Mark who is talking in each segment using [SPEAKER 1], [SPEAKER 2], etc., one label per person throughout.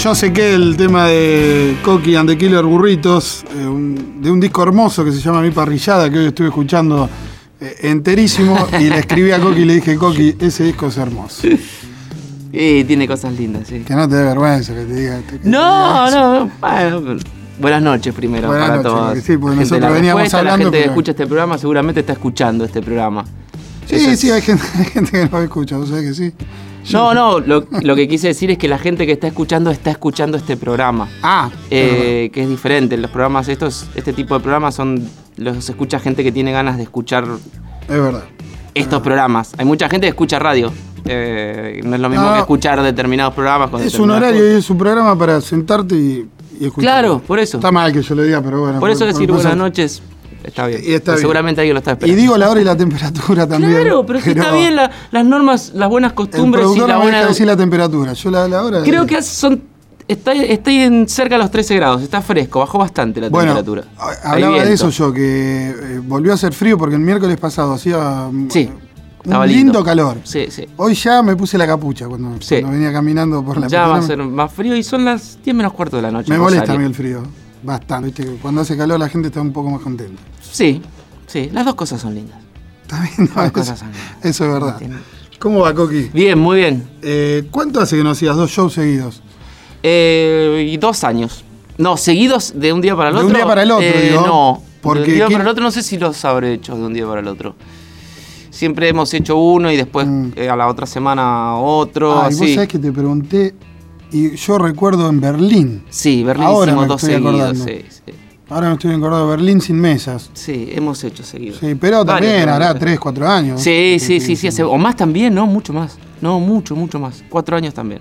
[SPEAKER 1] yo sé que el tema de Coqui and the Killer Burritos, de un disco hermoso que se llama Mi Parrillada, que hoy estuve escuchando enterísimo, y le escribí a Coqui y le dije, Coqui, ese disco es hermoso.
[SPEAKER 2] Y tiene cosas lindas, sí.
[SPEAKER 1] Que no te dé vergüenza que te diga.
[SPEAKER 2] No, bueno, buenas noches primero para todos.
[SPEAKER 1] Sí, porque nosotros veníamos hablando.
[SPEAKER 2] La gente que escucha este programa seguramente está escuchando este programa.
[SPEAKER 1] Sí, hay gente que no escucha, ¿vos sabés que sí?
[SPEAKER 2] Lo que quise decir es que la gente que está escuchando este programa. Que es diferente. Los programas este tipo de programas los escucha gente que tiene ganas de escuchar.
[SPEAKER 1] Es verdad.
[SPEAKER 2] Estos programas. Hay mucha gente que escucha radio. No es lo mismo que escuchar determinados programas.
[SPEAKER 1] Es un horario y es un programa para sentarte y escuchar.
[SPEAKER 2] Claro, por eso.
[SPEAKER 1] Está mal que yo lo diga, pero bueno.
[SPEAKER 2] Por eso decir buenas noches está bien. Seguramente alguien lo está esperando.
[SPEAKER 1] Y digo la hora y la temperatura también.
[SPEAKER 2] Claro, pero si está bien las normas, las buenas costumbres.
[SPEAKER 1] El productor no me deja decir la temperatura. Yo la hora.
[SPEAKER 2] Creo que estoy en cerca de los 13 grados, está fresco, bajó bastante la temperatura.
[SPEAKER 1] Hablaba de eso yo, que volvió a hacer frío porque el miércoles pasado hacía un lindo calor.
[SPEAKER 2] Sí.
[SPEAKER 1] Hoy ya me puse la capucha cuando venía caminando por la
[SPEAKER 2] Ya va a ser más frío y son las 10 menos cuarto de la noche.
[SPEAKER 1] Me molesta a mí el frío, bastante. ¿Viste? Cuando hace calor la gente está un poco más contenta.
[SPEAKER 2] Sí, las dos cosas son lindas.
[SPEAKER 1] Está bien, eso es verdad. ¿Cómo va, Coqui?
[SPEAKER 2] Bien, muy bien.
[SPEAKER 1] ¿Cuánto hace que no hacías 2 shows seguidos?
[SPEAKER 2] 2 años. No, seguidos de un día para el otro.
[SPEAKER 1] De un día para el otro, digo.
[SPEAKER 2] No, porque de un día para el otro no sé si los habré hecho de un día para el otro. Siempre hemos hecho uno y después a la otra semana otro.
[SPEAKER 1] Y vos sabés que te pregunté, y yo recuerdo en Berlín.
[SPEAKER 2] Sí, Berlín
[SPEAKER 1] ahora
[SPEAKER 2] hicimos 2 seguidos. Sí.
[SPEAKER 1] Ahora me estoy acordando de Berlín sin mesas.
[SPEAKER 2] Sí, hemos hecho seguidos.
[SPEAKER 1] Sí, pero también hará 3, 4 años.
[SPEAKER 2] Sí, o más también, ¿no? Mucho más. No, mucho más. 4 años también.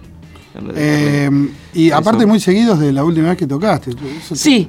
[SPEAKER 1] Y aparte muy seguidos de la última vez que tocaste.
[SPEAKER 2] Sí.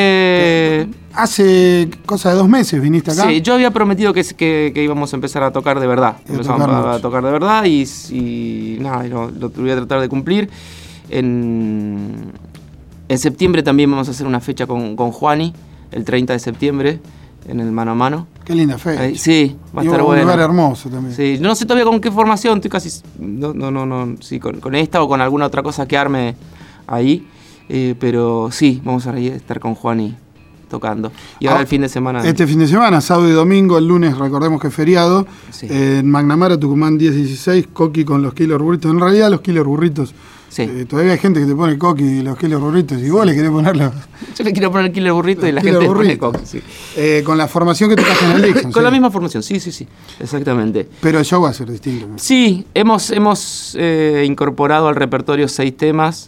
[SPEAKER 1] Hace cosa de 2 meses viniste acá.
[SPEAKER 2] Sí, yo había prometido que íbamos a empezar a tocar de verdad. Empezamos a tocar de verdad y nada, lo voy a tratar de cumplir. En septiembre también vamos a hacer una fecha con Juani, el 30 de septiembre, en el Mano a Mano.
[SPEAKER 1] Qué linda fecha.
[SPEAKER 2] Sí, va a estar bueno.
[SPEAKER 1] Un lugar hermoso también.
[SPEAKER 2] Sí, no sé todavía con qué formación, estoy casi... No, sí, con esta o con alguna otra cosa que arme ahí. Pero sí, vamos a estar con Juani tocando. Y ahora el fin de semana...
[SPEAKER 1] Este fin de semana, sábado y domingo, el lunes, recordemos que es feriado. Sí. En Magnamara, Tucumán 10-16, Coqui con los Killer Burritos. En realidad los Killer Burritos... Sí. Todavía hay gente que te pone Coqui y los Killer Burritos y vos le querés ponerlo.
[SPEAKER 2] Yo le quiero poner Killer Burrito y la gente le pone Coqui. Sí.
[SPEAKER 1] Con la formación que tocaste en el Dixon.
[SPEAKER 2] Con la misma formación, sí, exactamente.
[SPEAKER 1] Pero el show va a ser distinto, ¿no?
[SPEAKER 2] Sí, hemos incorporado al repertorio 6 temas.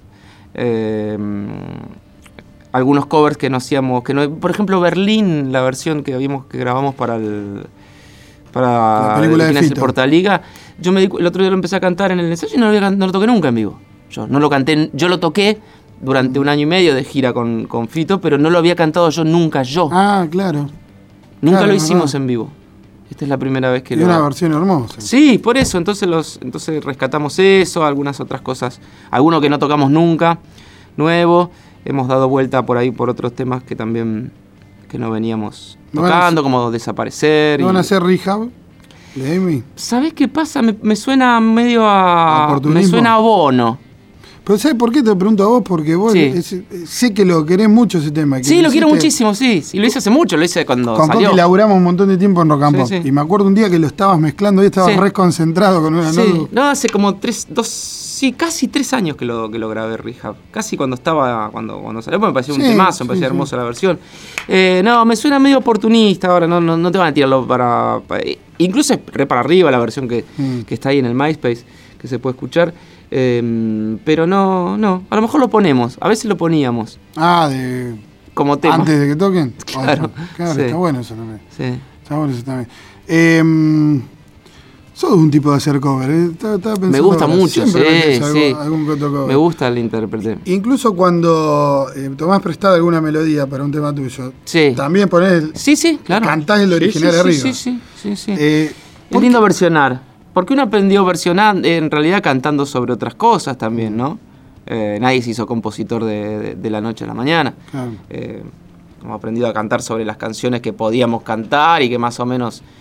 [SPEAKER 2] Algunos covers que no hacíamos, por ejemplo, Berlín, la versión que grabamos para
[SPEAKER 1] la película de Fito.
[SPEAKER 2] Portaliga. El otro día lo empecé a cantar en el ensayo y no lo toqué nunca en vivo. Yo no lo canté, yo lo toqué durante 1 año y medio de gira con Fito, pero no lo había cantado yo nunca.
[SPEAKER 1] Claro.
[SPEAKER 2] Nunca lo hicimos en vivo. Esta es la primera vez que
[SPEAKER 1] y una versión hermosa.
[SPEAKER 2] Sí, por eso. Entonces rescatamos eso, algunas otras cosas. Alguno que no tocamos nunca, nuevo. Hemos dado vuelta por ahí por otros temas que también que no veníamos tocando, como Desaparecer.
[SPEAKER 1] ¿No van a hacer rehab de Amy?
[SPEAKER 2] ¿Sabés qué pasa? Me suena medio a... Me suena a Bono.
[SPEAKER 1] Pero ¿sabes por qué te pregunto a vos? Porque vos sé que lo querés mucho ese tema.
[SPEAKER 2] Sí, lo quiero muchísimo, sí. Y lo hice hace mucho, lo hice cuando salió.
[SPEAKER 1] Con Coqui laburamos un montón de tiempo en Rock and Pop. Sí. Y me acuerdo un día que lo estabas mezclando y estabas re concentrado con una nota.
[SPEAKER 2] No, hace como casi 3 años que lo grabé Rehab. Casi cuando salió, me pareció un temazo, me parecía hermosa la versión. Me suena medio oportunista ahora, no te van a tirarlo para incluso es re para arriba la versión que está ahí en el MySpace, que se puede escuchar. Pero no, a lo mejor lo ponemos, a veces lo poníamos. Como tema.
[SPEAKER 1] Antes de que toquen.
[SPEAKER 2] Claro,
[SPEAKER 1] está bueno eso también.
[SPEAKER 2] Sí.
[SPEAKER 1] Está bueno eso también. Sos un tipo de hacer cover, ¿eh? Estaba pensando
[SPEAKER 2] me gusta mucho,
[SPEAKER 1] algún cover.
[SPEAKER 2] Me gusta el intérprete.
[SPEAKER 1] Incluso cuando tomás prestada alguna melodía para un tema tuyo, también ponés
[SPEAKER 2] claro.
[SPEAKER 1] Cantás el original arriba.
[SPEAKER 2] Sí. Es lindo versionar. Porque uno aprendió a versionar en realidad cantando sobre otras cosas también, ¿no? Nadie se hizo compositor de la noche a la mañana. Claro. Hemos aprendido a cantar sobre las canciones que podíamos cantar y que más o menos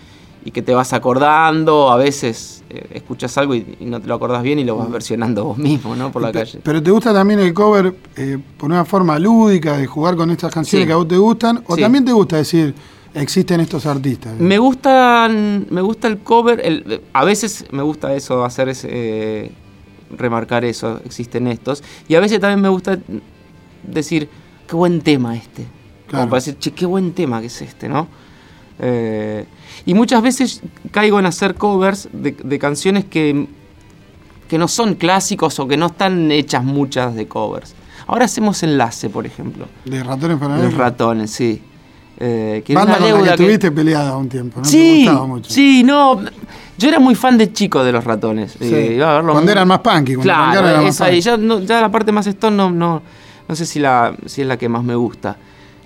[SPEAKER 2] que te vas acordando, a veces escuchas algo y no te lo acordás bien y lo vas versionando vos mismo, ¿no? Por la calle.
[SPEAKER 1] Pero ¿te gusta también el cover por una forma lúdica de jugar con estas canciones que a vos te gustan? ¿O también te gusta decir, existen estos artistas?
[SPEAKER 2] Me gusta el cover, a veces me gusta eso, hacer remarcar eso, existen estos. Y a veces también me gusta decir, qué buen tema este. Claro. Como para decir, che, qué buen tema que es este, ¿no? Y muchas veces caigo en hacer covers de canciones que no son clásicos o que no están hechas muchas de covers. Ahora hacemos Enlace, por ejemplo.
[SPEAKER 1] ¿De Ratones para
[SPEAKER 2] Los Ratones, sí.
[SPEAKER 1] Banda con la que estuviste peleada un tiempo, ¿no?
[SPEAKER 2] Sí,
[SPEAKER 1] te gustaba mucho.
[SPEAKER 2] Sí, no. Yo era muy fan de chico de Los Ratones.
[SPEAKER 1] Sí. Iba a verlo cuando eran más punky.
[SPEAKER 2] Claro, era más ahí. Ya la parte más stone no sé si es la que más me gusta.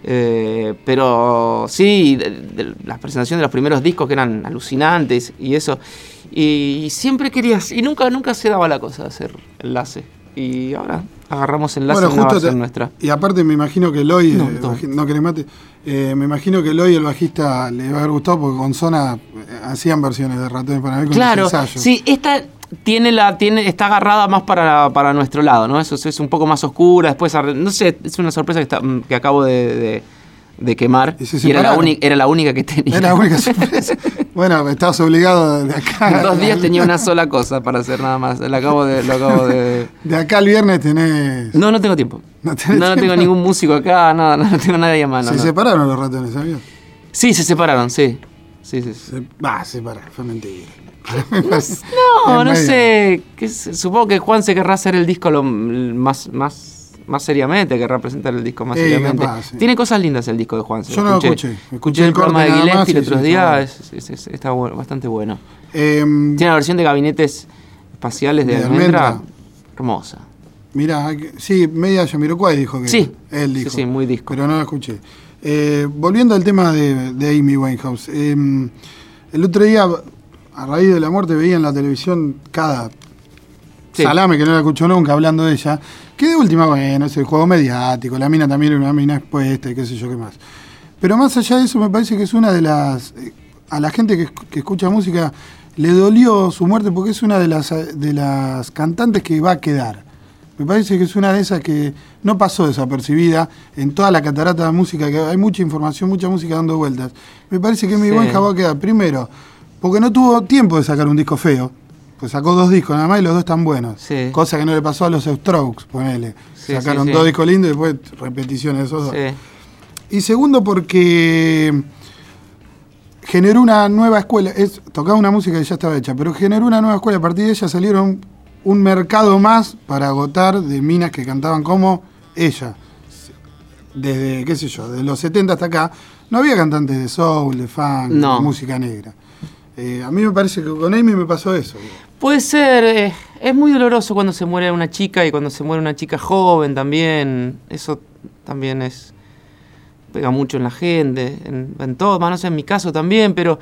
[SPEAKER 2] Pero sí, las presentaciones de los primeros discos que eran alucinantes y eso. Y siempre querías, y nunca se daba la cosa de hacer Enlace. Y ahora agarramos Enlace,
[SPEAKER 1] bueno,
[SPEAKER 2] en una versión nuestra.
[SPEAKER 1] Y aparte me imagino que Eloy, no querés mate, me imagino que Eloy, el bajista, le va a haber gustado porque con Zona hacían versiones de Ratones para ver con
[SPEAKER 2] claro,
[SPEAKER 1] los ensayos.
[SPEAKER 2] Sí, esta está agarrada más para nuestro lado, ¿no? Eso es un poco más oscura, después, no sé, es una sorpresa que acabo de quemar. Y era la única que tenía.
[SPEAKER 1] Era la única sorpresa. Bueno, estabas obligado de acá.
[SPEAKER 2] En 2 días tenía una sola cosa para hacer nada más. Lo acabo de...
[SPEAKER 1] De acá al viernes tenés...
[SPEAKER 2] No tengo tiempo. No tengo ningún músico acá, no tengo nadie a mano.
[SPEAKER 1] ¿Se separaron los Ratones, sabías?
[SPEAKER 2] Sí, se separaron, sí.
[SPEAKER 1] Separaron, fue mentira.
[SPEAKER 2] No sé. Supongo que Juan se querrá hacer el disco más seriamente, querrá presentar el disco más seriamente. Capaz, sí. Tiene cosas lindas el disco de Juan.
[SPEAKER 1] Yo no lo escuché.
[SPEAKER 2] Escuché el programa de Gillespie el otro día, está bueno, bastante bueno. Tiene una versión de Gabinetes Espaciales de Almendra hermosa.
[SPEAKER 1] Mirá, sí, media Jamiroquai dijo que
[SPEAKER 2] sí,
[SPEAKER 1] él dijo.
[SPEAKER 2] Sí, muy disco.
[SPEAKER 1] Pero no lo escuché. Volviendo al tema de Amy Winehouse. El otro día, a raíz de la muerte, veía en la televisión cada salame que no la escucho nunca hablando de ella. Que de última, bueno, es el juego mediático, la mina también era una mina expuesta y qué sé yo qué más. Pero más allá de eso, me parece que es una de las... a la gente que escucha música le dolió su muerte porque es una de las cantantes que va a quedar. Me parece que es una de esas que no pasó desapercibida en toda la catarata de música, que hay mucha información, mucha música dando vueltas. Me parece que Amy Winehouse va a quedar, primero, porque no tuvo tiempo de sacar un disco feo. Pues sacó 2 discos nada más y los 2 están buenos. Sí. Cosa que no le pasó a los Strokes, ponele. Sacaron 2 discos lindos y después repeticiones de esos 2. Y segundo porque generó una nueva escuela. Tocaba una música que ya estaba hecha, pero generó una nueva escuela. A partir de ella salieron un mercado más para agotar de minas que cantaban como ella. Desde, qué sé yo, de los 70 hasta acá, no había cantantes de soul, de funk, de música negra. A mí me parece que con Amy me pasó eso.
[SPEAKER 2] Puede ser, es muy doloroso cuando se muere una chica y cuando se muere una chica joven también. Eso también pega mucho en la gente, en todo, no sé, en mi caso también, pero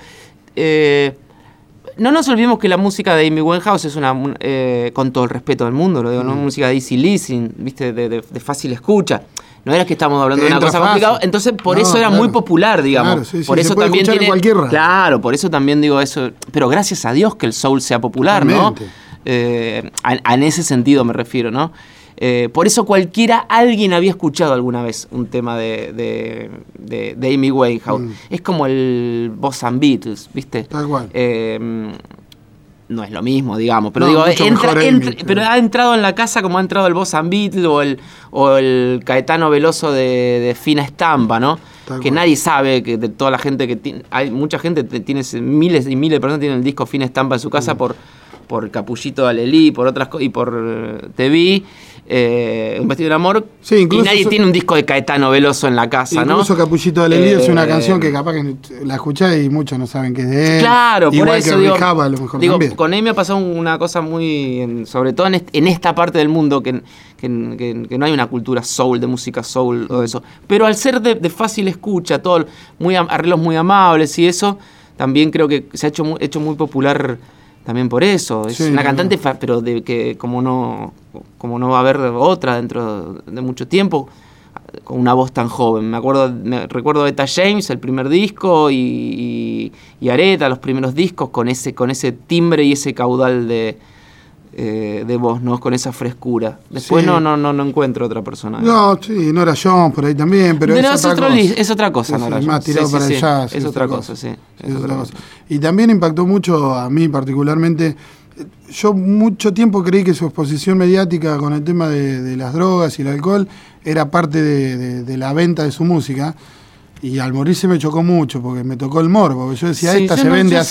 [SPEAKER 2] no nos olvidemos que la música de Amy Winehouse es una, con todo el respeto del mundo, lo digo, ¿no? Música de easy listening, ¿viste? De fácil escucha. No era que estamos hablando de una cosa complicada, entonces por eso era muy popular, digamos. Claro, por eso también tiene, claro, por eso también digo eso. Pero gracias a Dios que el soul sea popular, totalmente, ¿no? En ese sentido me refiero, ¿no? Por eso alguien había escuchado alguna vez un tema de Amy Winehouse. Es como el Boss and Beatles, ¿viste?
[SPEAKER 1] Tal cual.
[SPEAKER 2] No es lo mismo, digamos, pero digo, pero ha entrado en la casa como ha entrado el Boss and Beatles o el Caetano Veloso de fina estampa, ¿no? Tal que cual. Nadie sabe, que de toda la gente que tiene, hay mucha gente, tiene miles y miles de personas tienen el disco fina estampa en su casa por Capullito de Alelí, por otras cosas, y por TV, Un vestido de amor, y nadie tiene un disco de Caetano Veloso en la casa, ¿no?
[SPEAKER 1] Incluso Capullito de Alelí es una canción que capaz que la escuchás y muchos no saben que es de él.
[SPEAKER 2] Claro,
[SPEAKER 1] igual
[SPEAKER 2] por eso
[SPEAKER 1] que Rehab, a lo mejor también.
[SPEAKER 2] Con él me ha pasado una cosa muy, sobre todo en esta parte del mundo, que no hay una cultura soul, de música soul o eso. Pero al ser de fácil escucha, todo arreglos muy amables y eso, también creo que se ha hecho muy popular también por eso. Es una cantante, pero que como no va a haber otra dentro de mucho tiempo, con una voz tan joven. Recuerdo Etta James, el primer disco, y Aretha, los primeros discos, con ese timbre y ese caudal de voz, ¿no? Con esa frescura. Después sí. no encuentro otra persona.
[SPEAKER 1] No, sí, Nora Jones por ahí también, pero
[SPEAKER 2] es otra cosa, Nora Jones.
[SPEAKER 1] Más tirado para el jazz.
[SPEAKER 2] Es otra cosa, sí.
[SPEAKER 1] Es otra cosa. Y también impactó mucho a mí particularmente. Yo mucho tiempo creí que su exposición mediática con el tema de las drogas y el alcohol era parte de la venta de su música. Y al morirse me chocó mucho porque me tocó el morbo, porque yo decía, vende así.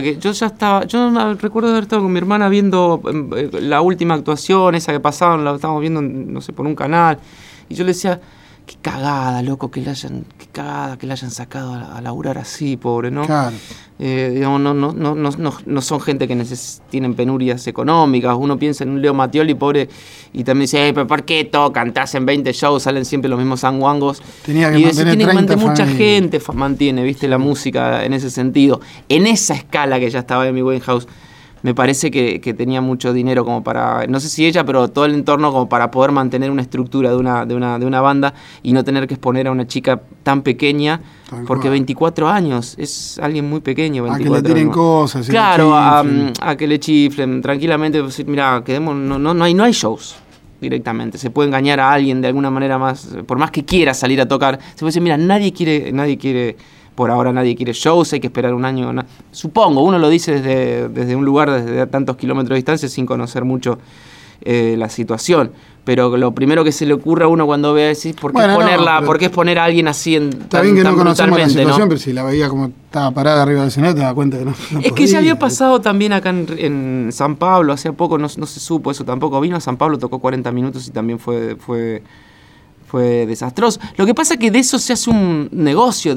[SPEAKER 2] Yo recuerdo haber estado con mi hermana viendo la última actuación, esa que pasaron, la estábamos viendo, no sé, por un canal, y yo le decía, qué cagada, loco, que le hayan sacado a laburar así, pobre, ¿no?
[SPEAKER 1] Claro.
[SPEAKER 2] Digamos, no son gente que tienen penurias económicas. Uno piensa en un Leo Mattioli, pobre, y también dice, pero ¿por qué tocan? Te hacen 20 shows, salen siempre los mismos sanguangos.
[SPEAKER 1] Tiene que mantener
[SPEAKER 2] mucha gente mantiene, viste, la música en ese sentido. En esa escala que ya estaba Amy Winehouse, me parece que tenía mucho dinero como para, no sé si ella, pero todo el entorno como para poder mantener una estructura de una banda y no tener que exponer a una chica tan pequeña, porque 24 años es alguien muy pequeño. 24
[SPEAKER 1] a que le tiren cosas.
[SPEAKER 2] Claro, a que le chiflen tranquilamente, decir, mira, quedemos, no hay shows directamente, se puede engañar a alguien de alguna manera más, por más que quiera salir a tocar, se puede decir, mira, nadie quiere por ahora nadie quiere shows, hay que esperar un año. Supongo, uno lo dice desde un lugar, desde tantos kilómetros de distancia, sin conocer mucho la situación. Pero lo primero que se le ocurre a uno cuando ve es ¿por qué exponer a alguien así
[SPEAKER 1] está bien que no conocemos la situación, ¿no? Pero si la veía como estaba parada arriba del escenario, te das cuenta que no
[SPEAKER 2] es que ya había pasado también acá en San Pablo, hace poco no se supo eso tampoco. Vino a San Pablo, tocó 40 minutos y también fue desastroso. Lo que pasa es que de eso se hace un negocio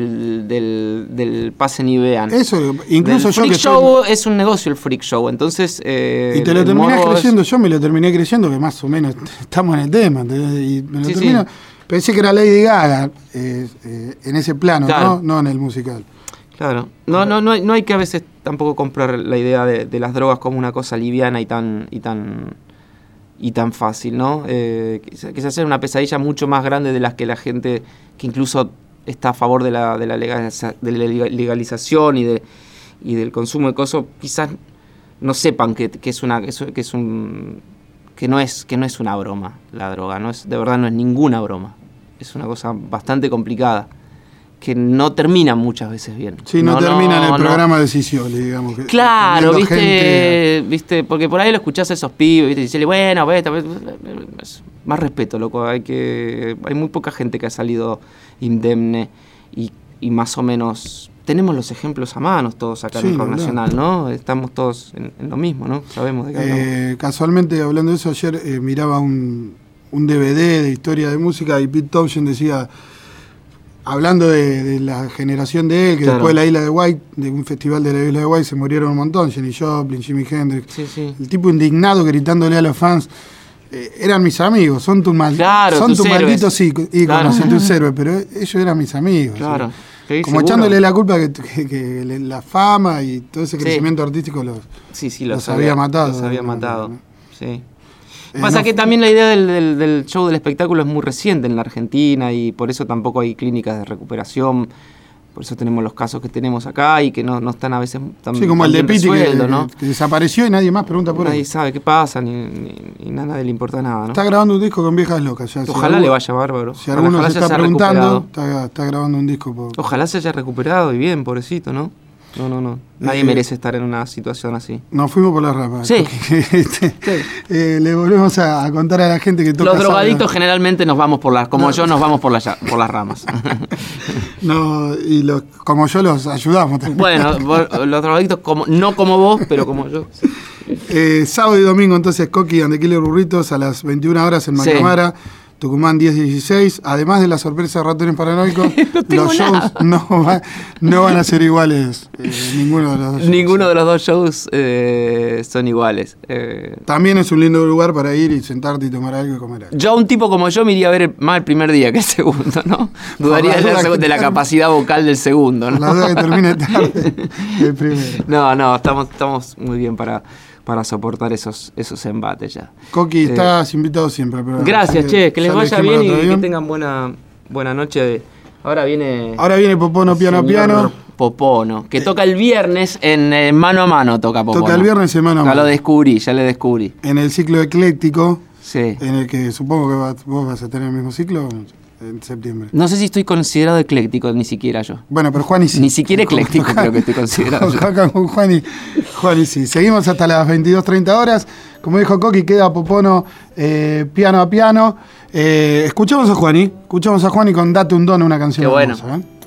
[SPEAKER 2] del pasen y vean.
[SPEAKER 1] Eso, incluso
[SPEAKER 2] el freak show es un negocio, el freak show. Entonces,
[SPEAKER 1] y te lo terminás creyendo, yo me lo terminé creyendo, que más o menos estamos en el tema. Y me lo termino. Pensé que era Lady Gaga en ese plano, claro. No en el musical.
[SPEAKER 2] Claro. No hay que a veces tampoco comprar la idea de las drogas como una cosa liviana y tan fácil, ¿no? Quizás sea una pesadilla mucho más grande de las que la gente que incluso está a favor de la legalización y del consumo de cosas, quizás no sepan que no es una broma la droga, de verdad no es ninguna broma, es una cosa bastante complicada que no termina muchas veces bien.
[SPEAKER 1] Sí, no termina en el programa de Scioli, digamos.
[SPEAKER 2] Claro, viste, porque por ahí lo escuchás a esos pibes, viste, y dices, bueno, más respeto, loco, hay muy poca gente que ha salido indemne y más o menos tenemos los ejemplos a manos todos acá en el Rock Nacional, ¿no? Estamos todos en lo mismo, ¿no? Sabemos de qué hablamos.
[SPEAKER 1] Casualmente, hablando de eso, ayer miraba un DVD de historia de música y Pete Townshend decía, hablando de la generación de él, que después de la Isla de White, de un festival de la Isla de White, se murieron un montón, Jenny Joplin, Jimi Hendrix,
[SPEAKER 2] sí.
[SPEAKER 1] El tipo indignado gritándole a los fans, eran mis amigos, son tus malditos íconos, son tus héroes, pero ellos eran mis amigos.
[SPEAKER 2] Claro.
[SPEAKER 1] Sí, como seguro. Echándole la culpa que la fama y todo ese crecimiento artístico los había matado.
[SPEAKER 2] Los había matado, ¿no? Sí. Pasa que también la idea del show del espectáculo es muy reciente en la Argentina y por eso tampoco hay clínicas de recuperación, por eso tenemos los casos que tenemos acá y que no están a veces tan
[SPEAKER 1] sí, como el de Piti
[SPEAKER 2] ¿no?
[SPEAKER 1] que desapareció y nadie más pregunta por él.
[SPEAKER 2] Nadie sabe qué pasa, ni nadie le importa nada, ¿no?
[SPEAKER 1] Está grabando un disco con Viejas Locas. Ya,
[SPEAKER 2] ojalá le vaya bárbaro.
[SPEAKER 1] Si alguno se está preguntando, está grabando un disco.
[SPEAKER 2] Ojalá se haya recuperado y bien, pobrecito, ¿no? No. Nadie merece estar en una situación así.
[SPEAKER 1] Nos fuimos por las ramas.
[SPEAKER 2] Sí.
[SPEAKER 1] Le volvemos a contar a la gente que toca.
[SPEAKER 2] Los drogadictos generalmente nos vamos yo nos vamos por las ramas.
[SPEAKER 1] No, y como yo los ayudamos también.
[SPEAKER 2] Bueno, los drogadictos no como vos, pero como yo.
[SPEAKER 1] Sábado y domingo entonces Coqui and the Killer Burritos a las 21 horas en Magnamara. Sí. Tucumán 10-16, además de la sorpresa de Ratones Paranoicos, los shows no van a ser iguales, ninguno de los dos shows.
[SPEAKER 2] Ninguno de los dos shows son iguales.
[SPEAKER 1] También es un lindo lugar para ir y sentarte y tomar algo y comer algo.
[SPEAKER 2] Yo, un tipo como yo, me iría a ver más el primer día que el segundo, ¿no? Dudaría de la capacidad vocal del segundo, ¿no?
[SPEAKER 1] La duda que termine tarde el primero.
[SPEAKER 2] No, estamos muy bien para para soportar esos embates ya.
[SPEAKER 1] Coqui, estás invitado siempre. Pero
[SPEAKER 2] gracias, che, que les vaya bien y que tengan buena noche. Ahora viene
[SPEAKER 1] Popono Piano.
[SPEAKER 2] Popono, que toca el viernes en Mano a Mano, toca Popono.
[SPEAKER 1] Toca el viernes en Mano a Mano.
[SPEAKER 2] Ya le descubrí.
[SPEAKER 1] En el ciclo ecléctico,
[SPEAKER 2] sí.
[SPEAKER 1] En el que supongo que vos vas a tener el mismo ciclo en septiembre.
[SPEAKER 2] No sé si estoy considerado ecléctico, ni siquiera yo.
[SPEAKER 1] Bueno, pero Juani sí.
[SPEAKER 2] Ni siquiera ecléctico creo que estoy considerado.
[SPEAKER 1] Con Juani sí. Seguimos hasta las 22:30 horas. Como dijo Coqui, queda Popono piano a piano. Escuchamos a Juani con Date un Don, una canción hermosa,
[SPEAKER 2] bueno.